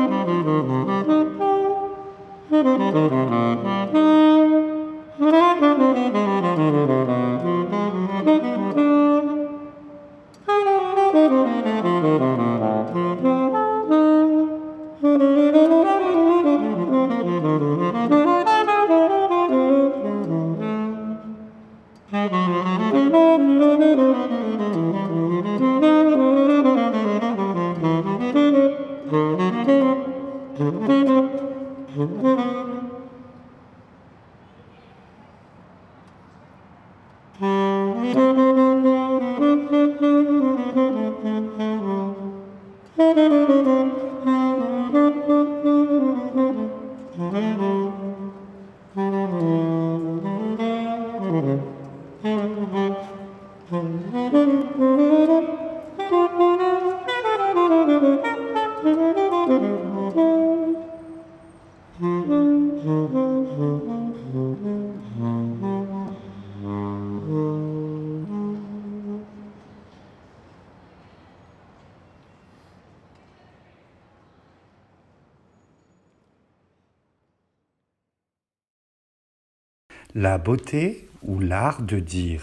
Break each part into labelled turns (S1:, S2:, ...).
S1: La beauté ou l'art de dire.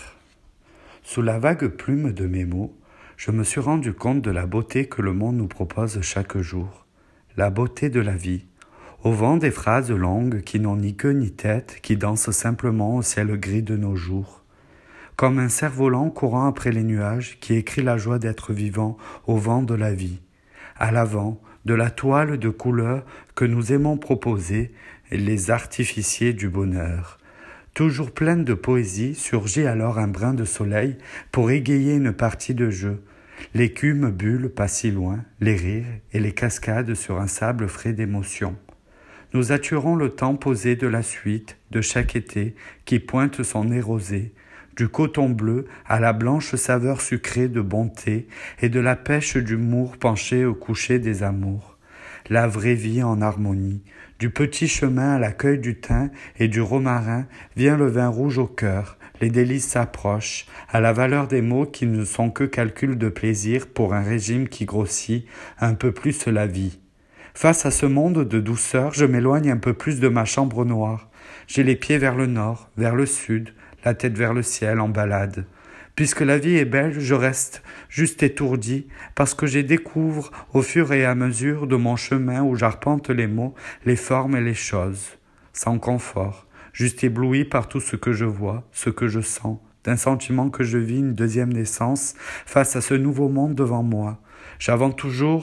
S1: Sous la vague plume de mes mots, je me suis rendu compte de la beauté que le monde nous propose chaque jour, la beauté de la vie, au vent des phrases longues qui n'ont ni queue ni tête, qui dansent simplement au ciel gris de nos jours, comme un cerf-volant courant après les nuages qui écrit la joie d'être vivant au vent de la vie, à l'avant de la toile de couleurs que nous aimons proposer, les artificiers du bonheur. Toujours pleine de poésie, surgit alors un brin de soleil pour égayer une partie de jeu. L'écume bulle pas si loin, les rires et les cascades sur un sable frais d'émotion. Nous attirons le temps posé de la suite de chaque été qui pointe son nez rosé, du coton bleu à la blanche saveur sucrée de bonté et de la pêche d'humour penchée au coucher des amours. La vraie vie en harmonie, du petit chemin à l'accueil du thym et du romarin vient le vin rouge au cœur, les délices s'approchent, à la valeur des mots qui ne sont que calculs de plaisir pour un régime qui grossit un peu plus la vie. Face à ce monde de douceur, je m'éloigne un peu plus de ma chambre noire. J'ai les pieds vers le nord, vers le sud, la tête vers le ciel en balade. Puisque la vie est belle, je reste juste étourdi parce que je découvre au fur et à mesure de mon chemin où j'arpente les mots, les formes et les choses. Sans confort, juste ébloui par tout ce que je vois, ce que je sens, d'un sentiment que je vis une deuxième naissance face à ce nouveau monde devant moi. J'avance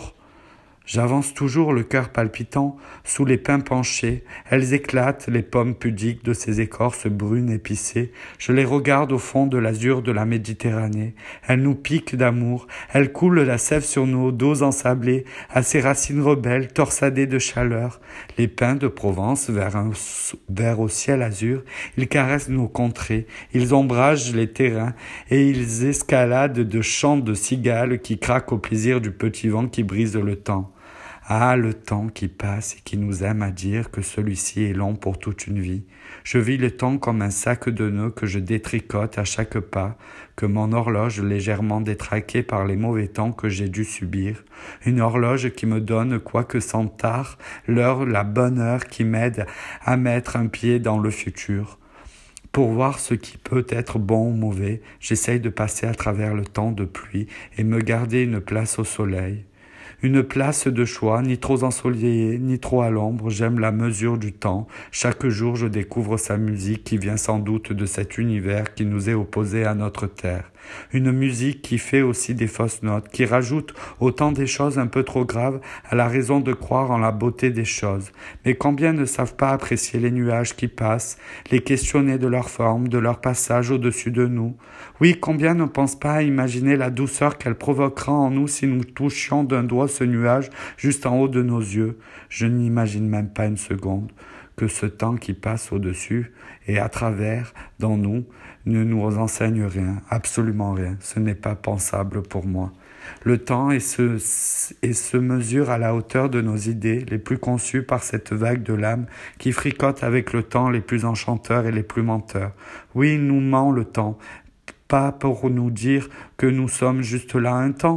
S1: toujours le cœur palpitant sous les pins penchés. Elles éclatent, les pommes pudiques de ces écorces brunes épicées. Je les regarde au fond de l'azur de la Méditerranée. Elles nous piquent d'amour. Elles coulent la sève sur nos dos ensablés, à ces racines rebelles, torsadées de chaleur. Les pins de Provence, vers au ciel azur, ils caressent nos contrées. Ils ombragent les terrains et ils escaladent de chants de cigales qui craquent au plaisir du petit vent qui brise le temps. Ah, le temps qui passe et qui nous aime à dire que celui-ci est long pour toute une vie. Je vis le temps comme un sac de nœuds que je détricote à chaque pas, que mon horloge légèrement détraquée par les mauvais temps que j'ai dû subir. Une horloge qui me donne, quoique sans tard, l'heure, la bonne heure qui m'aide à mettre un pied dans le futur. Pour voir ce qui peut être bon ou mauvais, j'essaye de passer à travers le temps de pluie et me garder une place au soleil. Une place de choix, ni trop ensoleillée, ni trop à l'ombre, j'aime la mesure du temps. Chaque jour, je découvre sa musique qui vient sans doute de cet univers qui nous est opposé à notre terre. Une musique qui fait aussi des fausses notes, qui rajoute autant des choses un peu trop graves à la raison de croire en la beauté des choses. Mais combien ne savent pas apprécier les nuages qui passent, les questionner de leur forme, de leur passage au-dessus de nous. Oui, combien ne pensent pas à imaginer la douceur qu'elle provoquera en nous si nous touchions d'un doigt ce nuage juste en haut de nos yeux. Je n'imagine même pas une seconde que ce temps qui passe au-dessus et à travers, dans nous, ne nous enseigne rien, absolument rien. Ce n'est pas pensable pour moi. Le temps se mesure à la hauteur de nos idées, les plus conçues par cette vague de l'âme qui fricote avec le temps les plus enchanteurs et les plus menteurs. Oui, il nous ment le temps, pas pour nous dire que nous sommes juste là un temps.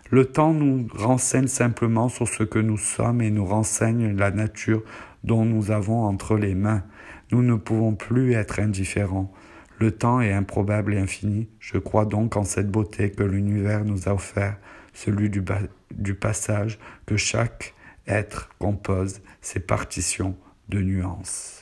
S1: Le temps nous renseigne simplement sur ce que nous sommes et nous renseigne la nature dont nous avons entre les mains. Nous ne pouvons plus être indifférents. Le temps est improbable et infini. Je crois donc en cette beauté que l'univers nous a offert, celui du passage, que chaque être compose ses partitions de nuances.